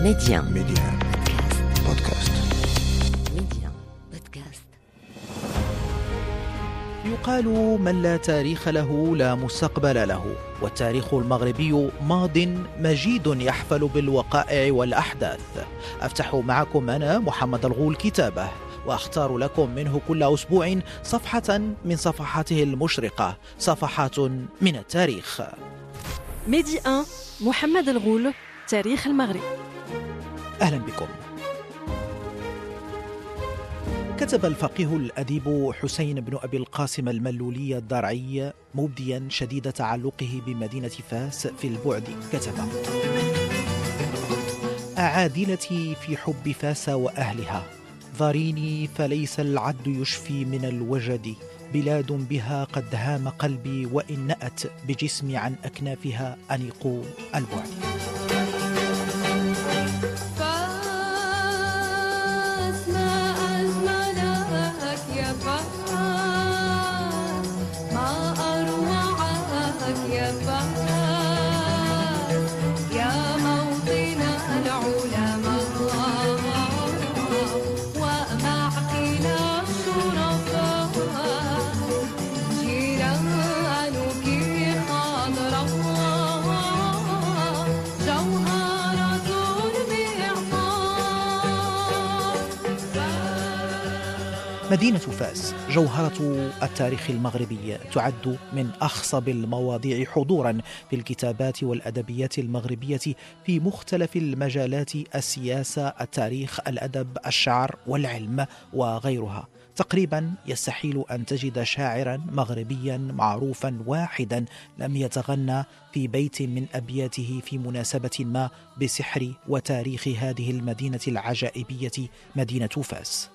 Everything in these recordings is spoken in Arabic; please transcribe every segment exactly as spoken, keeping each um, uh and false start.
Média. Média. Podcast. Média. Podcast. يقال من لا تاريخ له لا مستقبل له، والتاريخ المغربي ماض مجيد يحفل بالوقائع والأحداث. أفتح معكم أنا محمد الغول كتابه، وأختار لكم منه كل أسبوع صفحة من صفحاته المشرقة، صفحات من التاريخ. ميدي واحد، محمد الغول، تاريخ المغرب. أهلا بكم. كتب الفقيه الأديب حسين بن أبي القاسم الملولي الدرعي مبديا شديد تعلقه بمدينة فاس في البعد، كتب: أعادلتي في حب فاس وأهلها، ضريني فليس العد يشفي من الوجد، بلاد بها قد هام قلبي وإن نأت بجسمي عن أكنافها أنيق البعد. مدينة فاس جوهرة التاريخ المغربي، تعد من أخصب المواضيع حضورا في الكتابات والأدبيات المغربية في مختلف المجالات: السياسة، التاريخ، الأدب، الشعر والعلم وغيرها. تقريبا يستحيل أن تجد شاعرا مغربيا معروفا واحدا لم يتغنى في بيت من أبياته في مناسبة ما بسحر وتاريخ هذه المدينة العجائبية، مدينة فاس.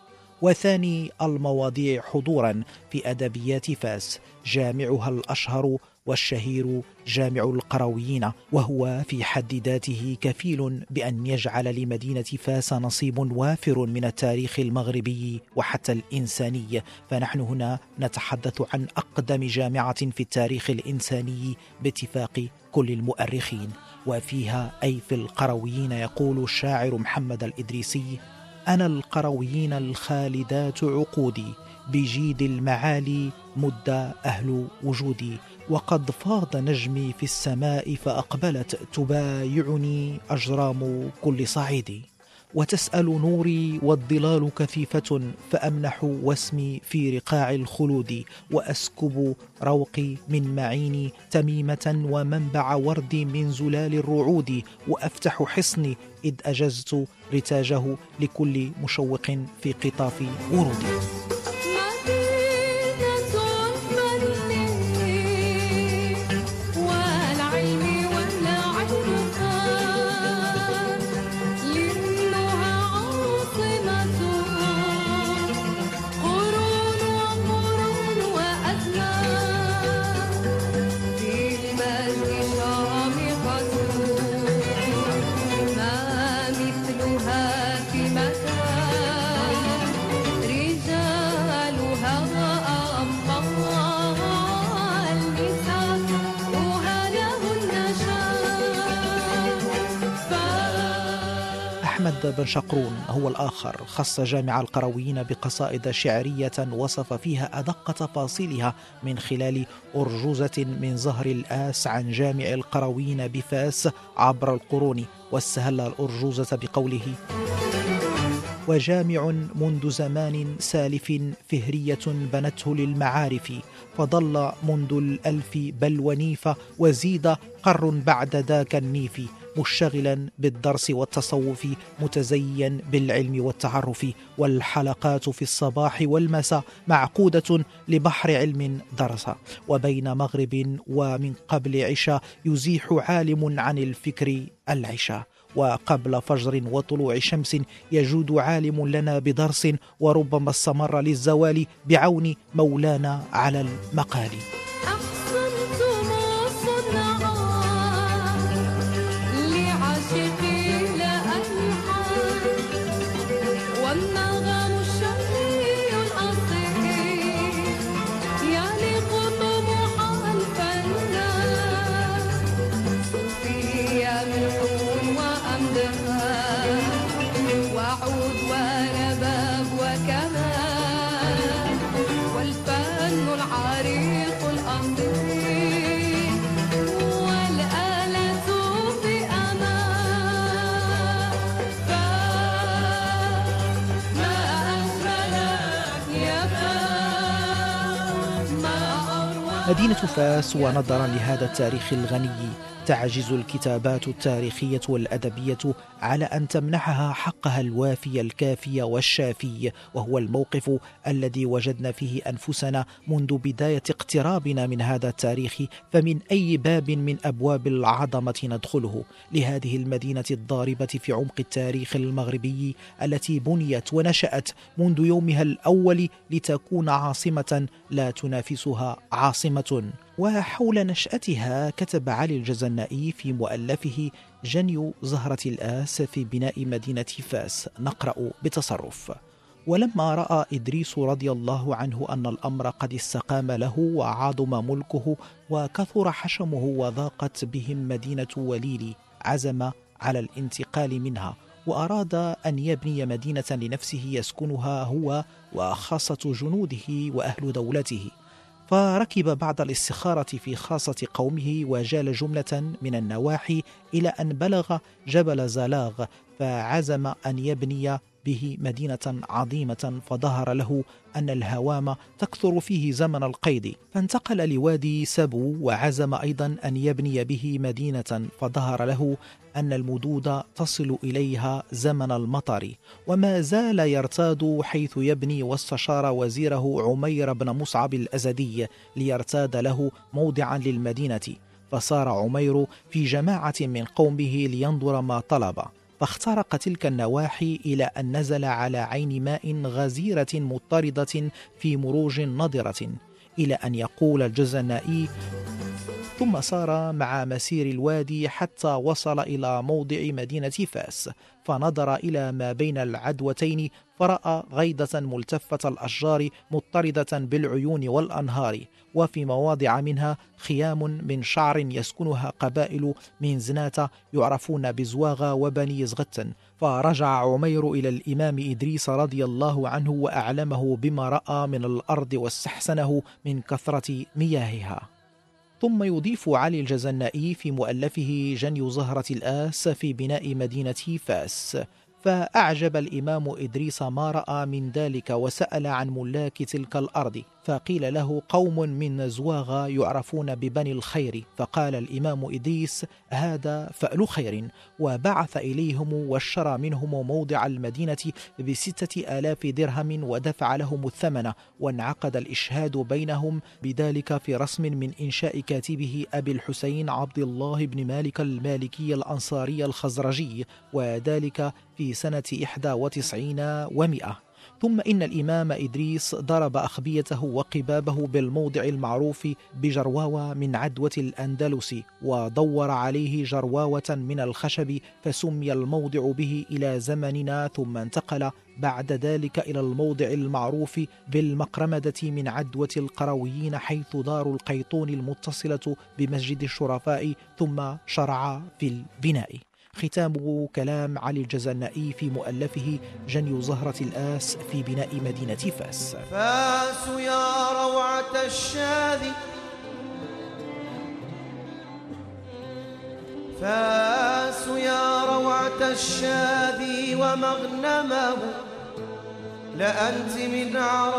وثاني المواضيع حضورا في أدبيات فاس جامعها الأشهر والشهير جامع القرويين، وهو في حد ذاته كفيل بأن يجعل لمدينة فاس نصيب وافر من التاريخ المغربي وحتى الإنساني. فنحن هنا نتحدث عن أقدم جامعة في التاريخ الإنساني باتفاق كل المؤرخين. وفيها أي في القرويين يقول الشاعر محمد الإدريسي: أنا القرويين الخالدات عقودي، بجيد المعالي مد أهل وجودي، وقد فاض نجمي في السماء فأقبلت تبايعني أجرام كل صعيد، وتسأل نوري والظلال كثيفة، فأمنح واسمي في رقاع الخلود، وأسكب روقي من معيني تميمة ومنبع وردي من زلال الرعود، وأفتح حصني إذ أجزت رتاجه لكل مشوق في قطاف ورودي. أحمد بن شقرون هو الآخر، خص جامع القرويين بقصائد شعرية وصف فيها أدق تفاصيلها من خلال أرجوزة من زهر الآس عن جامع القرويين بفاس عبر القرون، واستهل الأرجوزة بقوله: وجامع منذ زمان سالف فهرية بنته للمعارف، فضل منذ الألف بل ونيف، وزيد قر بعد ذاك النيف، مشتغلا بالدرس والتصوف متزين بالعلم والتعرف، والحلقات في الصباح والمساء معقودة لبحر علم درس، وبين مغرب ومن قبل عشاء يزيح عالم عن الفكر العشاء، وقبل فجر وطلوع شمس يجود عالم لنا بدرس، وربما استمر للزوال بعون مولانا على المقال. عود ورباب وكمان والفن العريق الأصيل والآلة في أمان فما أجملك يا فاس ما أروع. مدينة فاس، ونظرا لهذا التاريخ الغني تعجز الكتابات التاريخية والأدبية على أن تمنحها حقها الوافي الكافي والشافي، وهو الموقف الذي وجدنا فيه أنفسنا منذ بداية اقترابنا من هذا التاريخ. فمن أي باب من أبواب العظمة ندخله لهذه المدينة الضاربة في عمق التاريخ المغربي، التي بنيت ونشأت منذ يومها الأول لتكون عاصمة لا تنافسها عاصمة. وحول نشأتها كتب علي الجزنائي في مؤلفه جني زهرة الآس في بناء مدينة فاس، نقرأ بتصرف: ولما رأى إدريس رضي الله عنه أن الأمر قد استقام له وعظم ملكه وكثر حشمه وضاقت بهم مدينة وليلي، عزم على الانتقال منها، وأراد أن يبني مدينة لنفسه يسكنها هو وخاصة جنوده وأهل دولته. فركب بعد الاستخارة في خاصة قومه وجال جملة من النواحي إلى أن بلغ جبل زلاغ، فعزم أن يبني به مدينة عظيمة، فظهر له أن الهوام تكثر فيه زمن القيد، فانتقل لوادي سبو وعزم أيضا أن يبني به مدينة، فظهر له أن المدود تصل إليها زمن المطر، وما زال يرتاد حيث يبني، واستشار وزيره عمير بن مصعب الأزدي ليرتاد له موضعا للمدينة، فصار عمير في جماعة من قومه لينظر ما طلب، فاخترق تلك النواحي إلى أن نزل على عين ماء غزيرة مضطردة في مروج نضرة، إلى أن يقول الجزنائي: ثم سار مع مسير الوادي حتى وصل إلى موضع مدينة فاس، فنظر إلى ما بين العدوتين فرأى غيضة ملتفة الأشجار مضطردة بالعيون والأنهار، وفي مواضع منها خيام من شعر يسكنها قبائل من زناتة يعرفون بزواغ وبني زغتن. فرجع عمير إلى الإمام إدريس رضي الله عنه وأعلمه بما رأى من الأرض واستحسنه من كثرة مياهها. ثم يضيف علي الجزنائي في مؤلفه جني زهرة الآس في بناء مدينة فاس: فأعجب الإمام إدريس ما رأى من ذلك، وسأل عن ملاك تلك الأرض، فقيل له: قوم من زواغ يعرفون ببني الخير. فقال الإمام إدريس: هذا فأل خير، وبعث إليهم واشترى منهم موضع المدينة بستة آلاف درهم ودفع لهم الثمن، وانعقد الإشهاد بينهم بذلك في رسم من إنشاء كاتبه أبي الحسين عبد الله بن مالك المالكي الأنصاري الخزرجي، وذلك في سنة إحدى وتسعين ومئة. ثم إن الإمام إدريس ضرب أخبيته وقبابه بالموضع المعروف بجرواوة من عدوة الأندلس، ودور عليه جرواوة من الخشب، فسمي الموضع به إلى زمننا، ثم انتقل بعد ذلك إلى الموضع المعروف بالمقرمدة من عدوة القرويين، حيث دار القيطون المتصلة بمسجد الشرفاء، ثم شرع في البناء. ختام كلام علي الجزنائي في مؤلفه جني زهرة الآس في بناء مدينة فاس. فاس يا روعة الشاذي، فاس يا روعة الشاذي ومغنمه، لأنت من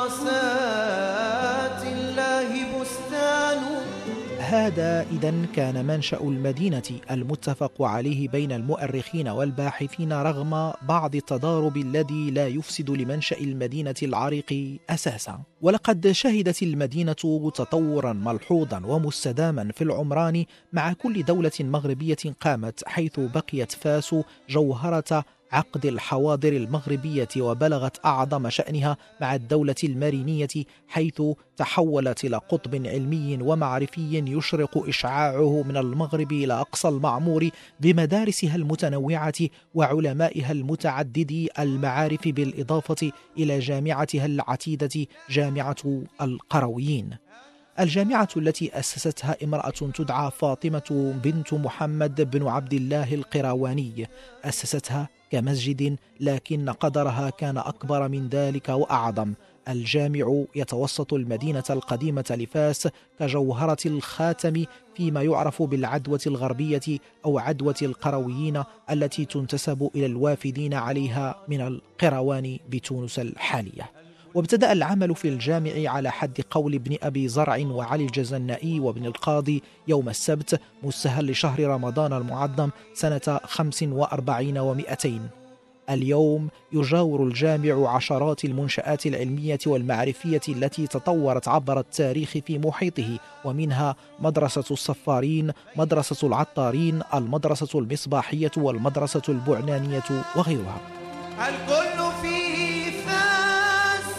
عرسات الله بستان. هذا إذن كان منشأ المدينة المتفق عليه بين المؤرخين والباحثين، رغم بعض التضارب الذي لا يفسد لمنشأ المدينة العريق أساسا. ولقد شهدت المدينة تطورا ملحوظا ومستداما في العمران مع كل دولة مغربية قامت، حيث بقيت فاس جوهرة عقد الحواضر المغربية، وبلغت أعظم شأنها مع الدولة المارينية، حيث تحولت إلى قطب علمي ومعرفي يشرق إشعاعه من المغرب إلى أقصى المعمور، بمدارسها المتنوعة وعلمائها المتعددي المعارف، بالإضافة إلى جامعتها العتيدة جامعة القرويين، الجامعة التي أسستها امرأة تدعى فاطمة بنت محمد بن عبد الله القراواني، أسستها كمسجد، لكن قدرها كان أكبر من ذلك وأعظم. الجامع يتوسط المدينة القديمة لفاس كجوهرة الخاتم فيما يعرف بالعدوى الغربية أو عدوى القرويين التي تنتسب إلى الوافدين عليها من القروان بتونس الحالية. وابتدأ العمل في الجامع على حد قول ابن أبي زرع وعلي الجزنائي وابن القاضي يوم السبت مستهل لشهر رمضان المعظم سنة خمس وأربعين ومئتين. اليوم يجاور الجامع عشرات المنشآت العلمية والمعرفية التي تطورت عبر التاريخ في محيطه، ومنها مدرسة الصفارين، مدرسة العطارين، المدرسة المصباحية والمدرسة البعنانية وغيرها. الكل في فاس،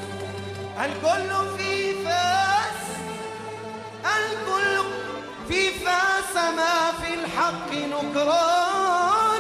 الكل في فاس، الكل في فاس، ما في الحق نكران.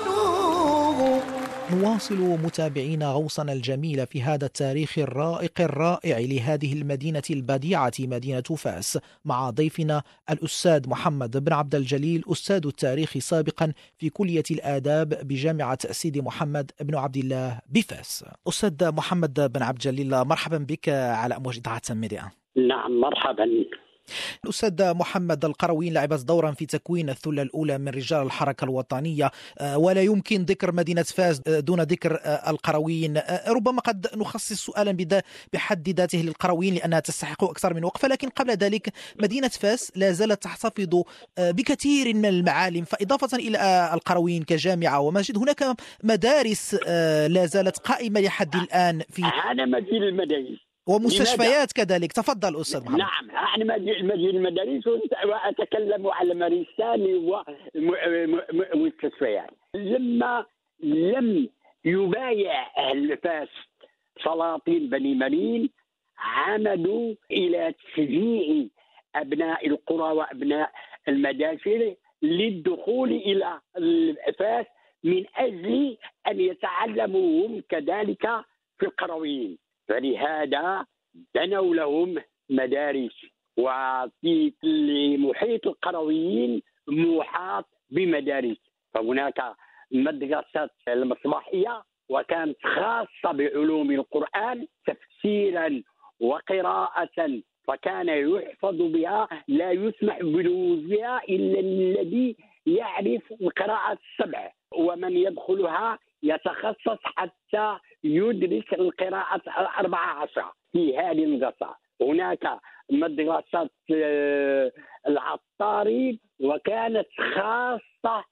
نواصل متابعين غوصنا الجميل في هذا التاريخ الرائق الرائع لهذه المدينة البديعة مدينة فاس مع ضيفنا الأستاذ محمد بن عبد الجليل، أستاذ التاريخ سابقا في كلية الآداب بجامعة سيدي محمد بن عبد الله بفاس. أستاذ محمد بن عبد الجليل، مرحبا بك على أمواج إذاعة ميديا. نعم مرحبا. الأستاذ محمد، القرويين لعبت دورا في تكوين الثلة الأولى من رجال الحركة الوطنية، ولا يمكن ذكر مدينة فاس دون ذكر القرويين. ربما قد نخصص سؤالا بحد ذاته للقرويين لأنها تستحق أكثر من وقفة، لكن قبل ذلك مدينة فاس لا زالت تحتفظ بكثير من المعالم، فإضافة إلى القرويين كجامعة ومسجد هناك مدارس لا زالت قائمة لحد الآن في أنا مدينة المدارس ومستشفيات كذلك. تفضل أستاذ محمد. نعم أنا مدينة المدارس وأتكلم على مريسان ومستشفيات. لما لم يبايع أهل فاس سلاطين بني مرين عمدوا إلى تشجيع أبناء القرى وأبناء المدافع للدخول إلى فاس من أجل أن يتعلموا هم كذلك في القرويين، فلهذا بنوا لهم مدارس. وفي محيط القرويين محاط بمدارس، فهناك مدرسة المصباحية وكانت خاصة بعلوم القرآن تفسيرا وقراءة، فكان يحفظ بها، لا يسمح بلوزها إلا الذي يعرف القراءة السبع، ومن يدخلها يتخصص حتى يدرس القراءة أربعة عشر في هذه المدرسة. هناك مدرسة العطارين وكانت خاصة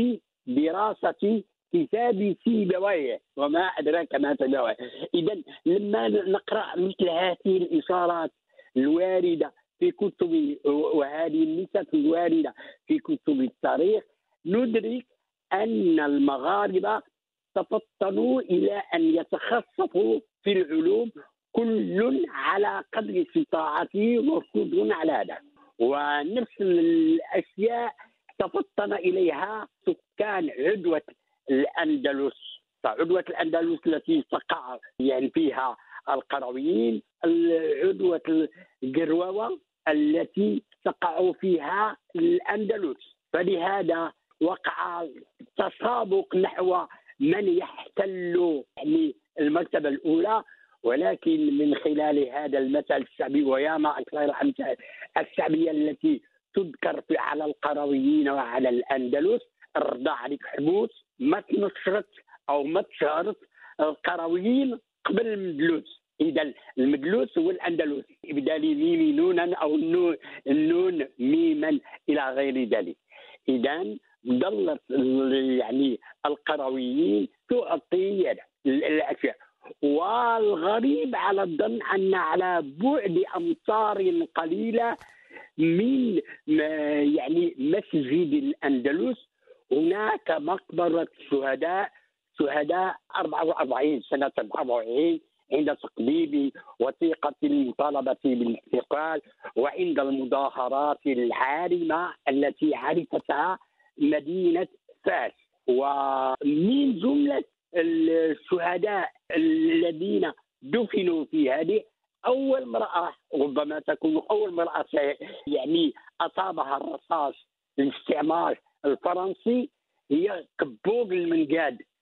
بدراسة كتاب سيبويه وما أدراك ما سيبويه. إذن لما نقرأ مثل هذه الإشارات الواردة في كتب وهذه النسب الواردة في كتب التاريخ ندرك أن المغاربة تفطنوا إلى أن يتخصصوا في العلوم كل على قدر استطاعته وكل على هذا. ونفس الأشياء تفطن إليها سكان عدوة الأندلس، فعدوة الأندلس التي تقع يعني فيها القرويين، عدوة القروة التي تقع فيها الأندلس، فلهذا وقع تسابق نحو من يحتل يعني المرتبة الأولى. ولكن من خلال هذا المثل الشعبي وياما أكثر الأمثال الشعبية التي تذكر على القرويين وعلى الأندلس، الرضا عليك حبوس ما تنشرت أو ما تشهرت القرويين قبل المدلوس. إذا المدلوس هو الأندلس، إبدال ميم نونا أو النون, النون ميما إلى غير ذلك. إذا ظلت يعني القرويين تعطي الأشياء. والغريب على الظن أن على بعد أمتار قليلة من يعني مسجد الأندلس هناك مقبرة شهداء شهداء أربعة وأربعين سنة أربعة وأربعين عند تقديم وثيقة المطالبة بالاستقلال وعند المظاهرات العارمة التي عرفتها مدينة فاس. ومن جملة الشهداء الذين دفنوا في هذه أول امرأة، ربما تكون أول امرأة يعني أصابها الرصاص الاستعمار الفرنسي، هي كبوق المنقاد.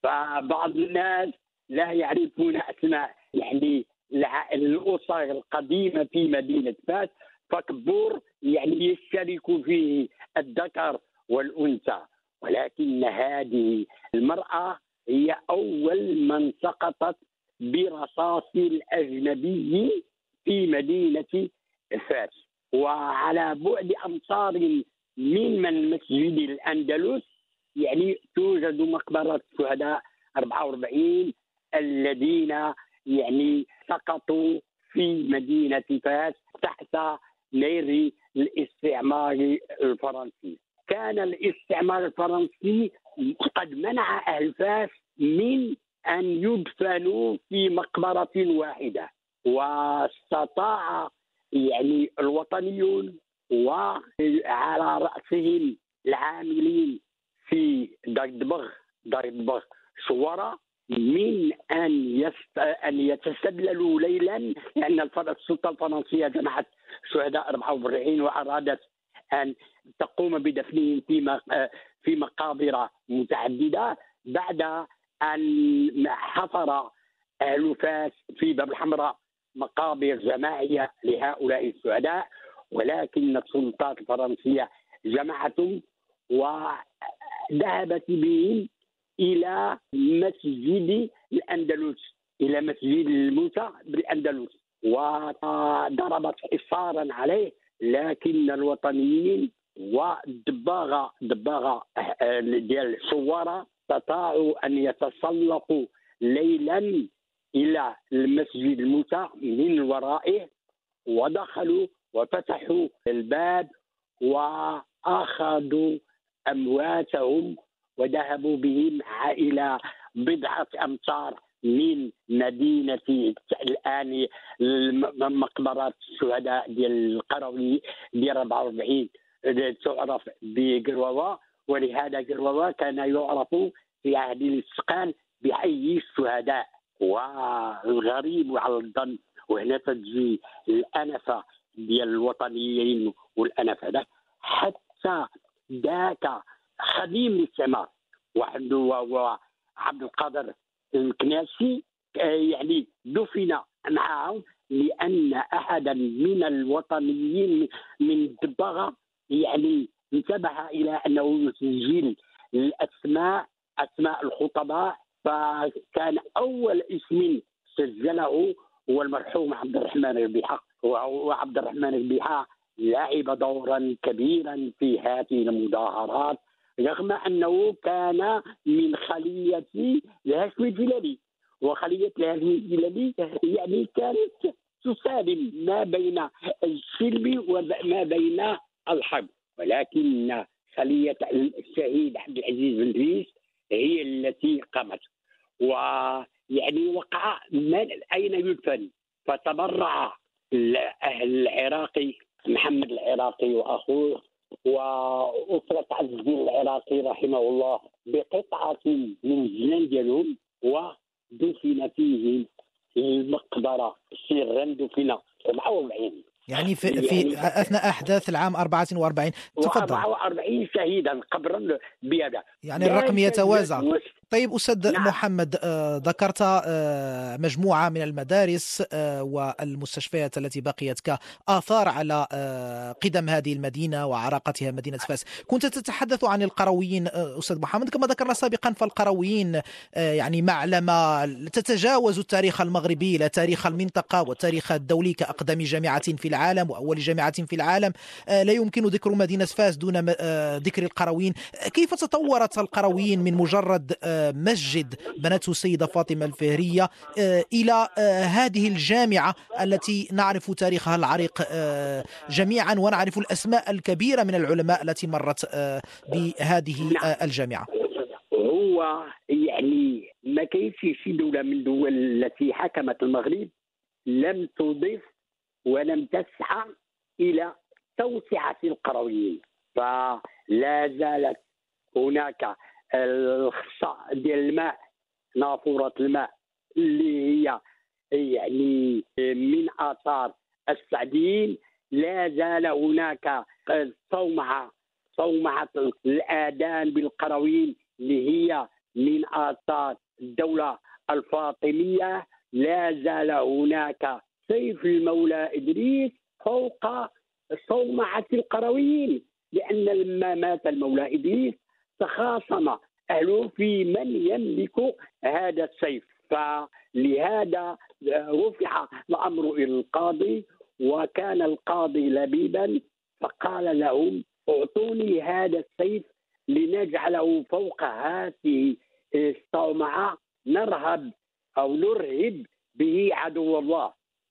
فبعض الناس لا يعرفون أسماء يعني الع- الأسر القديمة في مدينة فاس، فكبور يعني يشترك فيه الذكر والأنثى، ولكن هذه المرأة هي أول من سقطت برصاص الأجنبي في مدينة فاس. وعلى بعد أمتار من من مسجد الأندلس يعني توجد مقبرة شهداء أربعة وأربعين الذين يعني سقطوا في مدينة فاس تحت نير الاستعمار الفرنسي. كان الاستعمار الفرنسي قد منع أهل فاس من أن يدفنوا في مقبرة واحدة، واستطاع يعني الوطنيون وعلى رأسهم العاملين في داردبغ داردبغ شورى من أن يست... أن يتسللوا ليلا، لأن السلطة الفرنسية جمعت شهداء أربعة وأربعين وأرادت أن تقوم بدفنهم في م... في مقابر متعددة، بعد أن حفر أهل فاس في باب الحمراء مقابر جماعية لهؤلاء الشهداء، ولكن السلطات الفرنسية جمعتهم وذهبت بهم إلى مسجد الأندلس، إلى مسجد الموسى بالأندلس، وضربت حصارا عليه. لكن الوطنيين ودباغة دباغة ديال الشوارة استطاعوا أن يتسلقوا ليلا إلى المسجد الموسى من ورائه، ودخلوا وفتحوا الباب وأخذوا أمواتهم وذهبوا بهم إلى بضعة أمتار من مدينة الآن مقبرة الشهداء ديال القروي ديال أربعة وأربعين تعرف بقروة، ولهذا قروة كان يعرف في عهد الإسقان بحي الشهداء. والغريب على الظن وهنا تجي الأنفة ديال الوطنيين والأنفة ده، حتى ذاك خديم الاستعمار وعنده وعبد القادر الكناسي يعني دفن معهم، لأن أحدا من الوطنيين من دباغة يعني انتبه إلى أنه يسجل الأسماء أسماء الخطباء، فكان أول اسم سجله هو المرحوم عبد الرحمن ربيحة. وعبد الرحمن ربيحة لعب دورا كبيرا في هذه المظاهرات، رغم أنه كان من خلية الهاشم الجلالي، وخلية الهاشم الجلالي يعني كانت تسالم ما بين السلم وما بين الحرب، ولكن خلية الشهيد عبد العزيز بن ريس هي التي قامت. ويعني وقع من أين يدفن، فتبرع الأهل العراقي محمد العراقي وأخوه وأسرة عز الدين العراقي رحمه الله بقطعة من الجنان ديالهم، ودفن فيهم المقبرة سرا دفن أربعة وأربعين يعني في, في أثناء أحداث العام أربعة وأربعين. تفضل. أربعة وأربعين شهيدا قبرا بهذا، يعني الرقم يتوازى. طيب أستاذ نعم. محمد، آه ذكرت آه مجموعة من المدارس آه والمستشفيات التي بقيت كآثار على آه قدم هذه المدينة وعراقتها مدينة فاس. كنت تتحدث عن القرويين آه أستاذ محمد، كما ذكرنا سابقا فالقرويين آه يعني معلمة تتجاوز التاريخ المغربي إلى تاريخ المنطقة والتاريخ الدولي كأقدم جامعة في العالم وأول جامعة في العالم. آه لا يمكن ذكر مدينة فاس دون آه ذكر القرويين. كيف تطورت القرويين من مجرد آه مسجد بنته السيدة فاطمة الفهرية إلى هذه الجامعة التي نعرف تاريخها العريق جميعا، ونعرف الأسماء الكبيرة من العلماء التي مرت بهذه الجامعة؟ هو يعني ما كاينش شي دولة من الدول التي حكمت المغرب لم تضيف ولم تسعى إلى توسعة القرويين، فلا زالت هناك الخصاء ديال الماء، نافورة الماء اللي هي يعني من آثار السعديين. لا زال هناك صومعة صومعة الآذان بالقرويين اللي هي من آثار الدولة الفاطمية لا زال هناك سيف المولى إدريس فوق صومعة القرويين، لأن لما مات المولى إدريس تخاصم أهله في من يملك هذا السيف، فلهذا رفع الأمر إلى القاضي، وكان القاضي لبيبا فقال لهم اعطوني هذا السيف لنجعله فوق هذه الصومعة نرهب أو نرهب به عدو الله.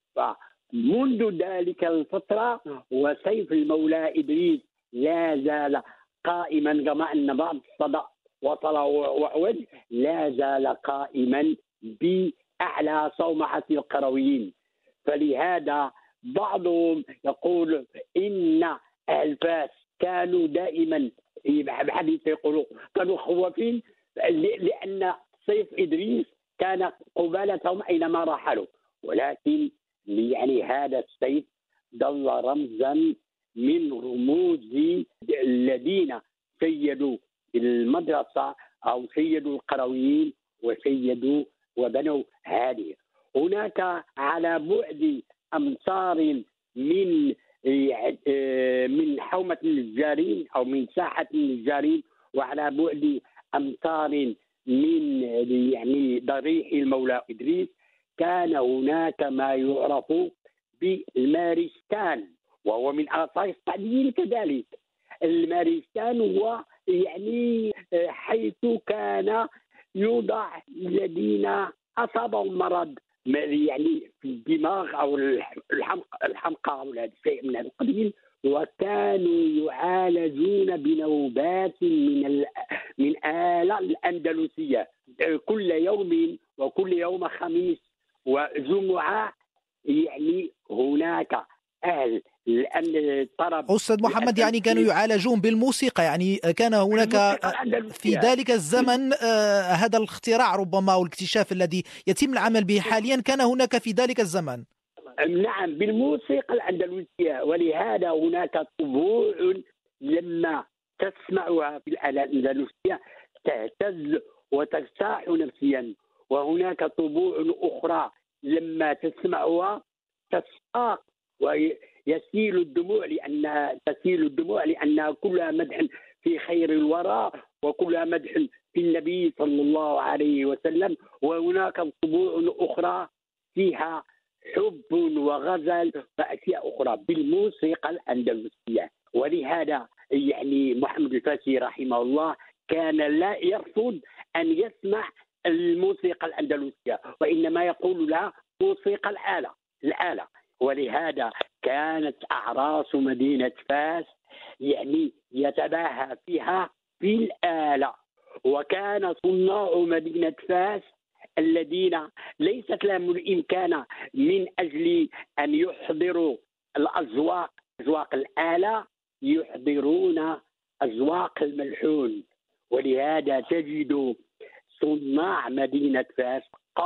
فمنذ ذلك الفترة وسيف المولى إدريس لا زال قائما، كما أن بعض الصدى وصل وعوج لا زال قائما بأعلى صومعة القرويين. فلهذا بعضهم يقول إن أهل فاس كانوا دائما بحديث يقولوا كانوا خوافين، لأن سيف إدريس كان قبالتهم أينما رحلوا، ولكن يعني هذا السيف ظل رمزا من رموز الذين سيدوا المدرسة أو سيدوا القرويين وسيدوا وبنوا هذه. هناك على بعد أمتار من من حومة النجارين أو من ساحة النجارين، وعلى بعد أمتار من يعني ضريح المولى إدريس كان هناك ما يعرف بالمارستان، وهو من آثار الصعيديين كذلك. المارستان هو يعني حيث كان يوضع الذين أصابهم مرض يعني في الدماغ أو الحمقى الحمقى أو هذا الشيء من هذا القبيل، وكانوا يعالجون بنوبات من من آلة الأندلسية كل يوم، وكل يوم خميس وجمعة يعني هناك أهل الطرب. أستاذ محمد، يعني كانوا يعالجون بالموسيقى، يعني كان هناك في ذلك الزمن هذا الاختراع ربما أو الاكتشاف الذي يتم العمل به حاليا كان هناك في ذلك الزمن. نعم، بالموسيقى الأندلسية، ولهذا هناك طبوع لما تسمعها في الآلة الأندلسية تهتز وترتاح نفسيا، وهناك طبوع أخرى لما تسمعها تساق ويسيل الدموع لأن تسيل الدموع لأنها كلها مدح في خير الورى وكلها مدح في النبي صلى الله عليه وسلم. وهناك طبوع أخرى فيها حب وغزل وأشياء أخرى بالموسيقى الأندلسية. ولهذا يعني محمد الفاسي رحمه الله كان لا يرفض أن يسمع الموسيقى الأندلسية، وإنما يقول لها موسيقى الآلة الآلة ولهذا كانت أعراس مدينة فاس يعني يتباهى فيها في الآلة. وكان صناع مدينة فاس الذين ليست لهم الإمكان من أجل أن يحضروا الأذواق أذواق الآلة، يحضرون أذواق الملحون. ولهذا تجد صناع مدينة فاس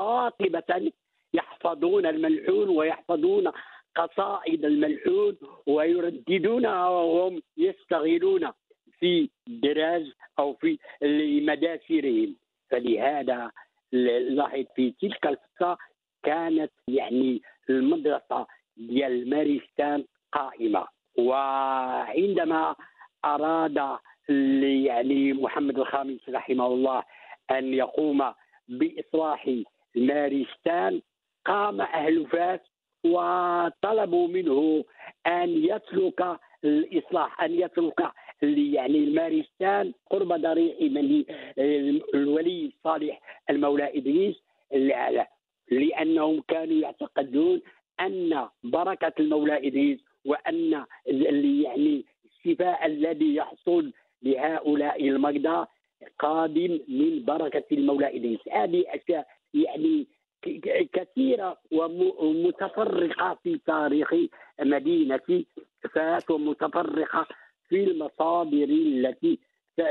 قاطبة يحفظون الملحون ويحفظون قصائد الملحون ويرددونها وهم يستغلون في دراج أو في مداسرهم. فلهذا لاحظ في تلك الفترة كانت يعني المدرسة ديال المارستان قائمة. وعندما أراد يعني محمد الخامس رحمه الله أن يقوم بإصلاح المارستان قام أهل فاس وطلبوا منه أن يسلك الإصلاح، أن يسلك يعني المارستان قرب ضريح الولي الصالح المولى إدريس، لأنهم كانوا يعتقدون أن بركة المولى إدريس وأن يعني الشفاء الذي يحصل لهؤلاء المرضى قادم من بركة المولى إدريس. هذه أشياء يعني كثيرة ومتفرقة في تاريخ مدينة فاس ومتفرقة في المصادر التي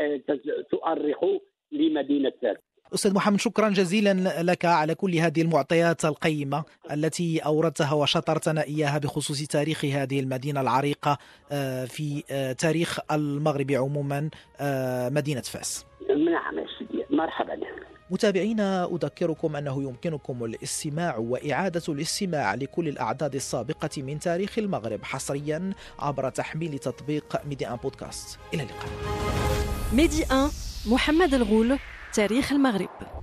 تؤرخ لمدينة فاس. أستاذ محمد، شكرا جزيلا لك على كل هذه المعطيات القيمة التي أوردتها وشطرتنا إياها بخصوص تاريخ هذه المدينة العريقة في تاريخ المغرب عموما، مدينة فاس. نعم. مرحبا. متابعينا، أذكركم أنه يمكنكم الاستماع وإعادة الاستماع لكل الأعداد السابقة من تاريخ المغرب حصريا عبر تحميل تطبيق ميدي آن بودكاست. إلى اللقاء. ميدي واحد، محمد الغول، تاريخ المغرب.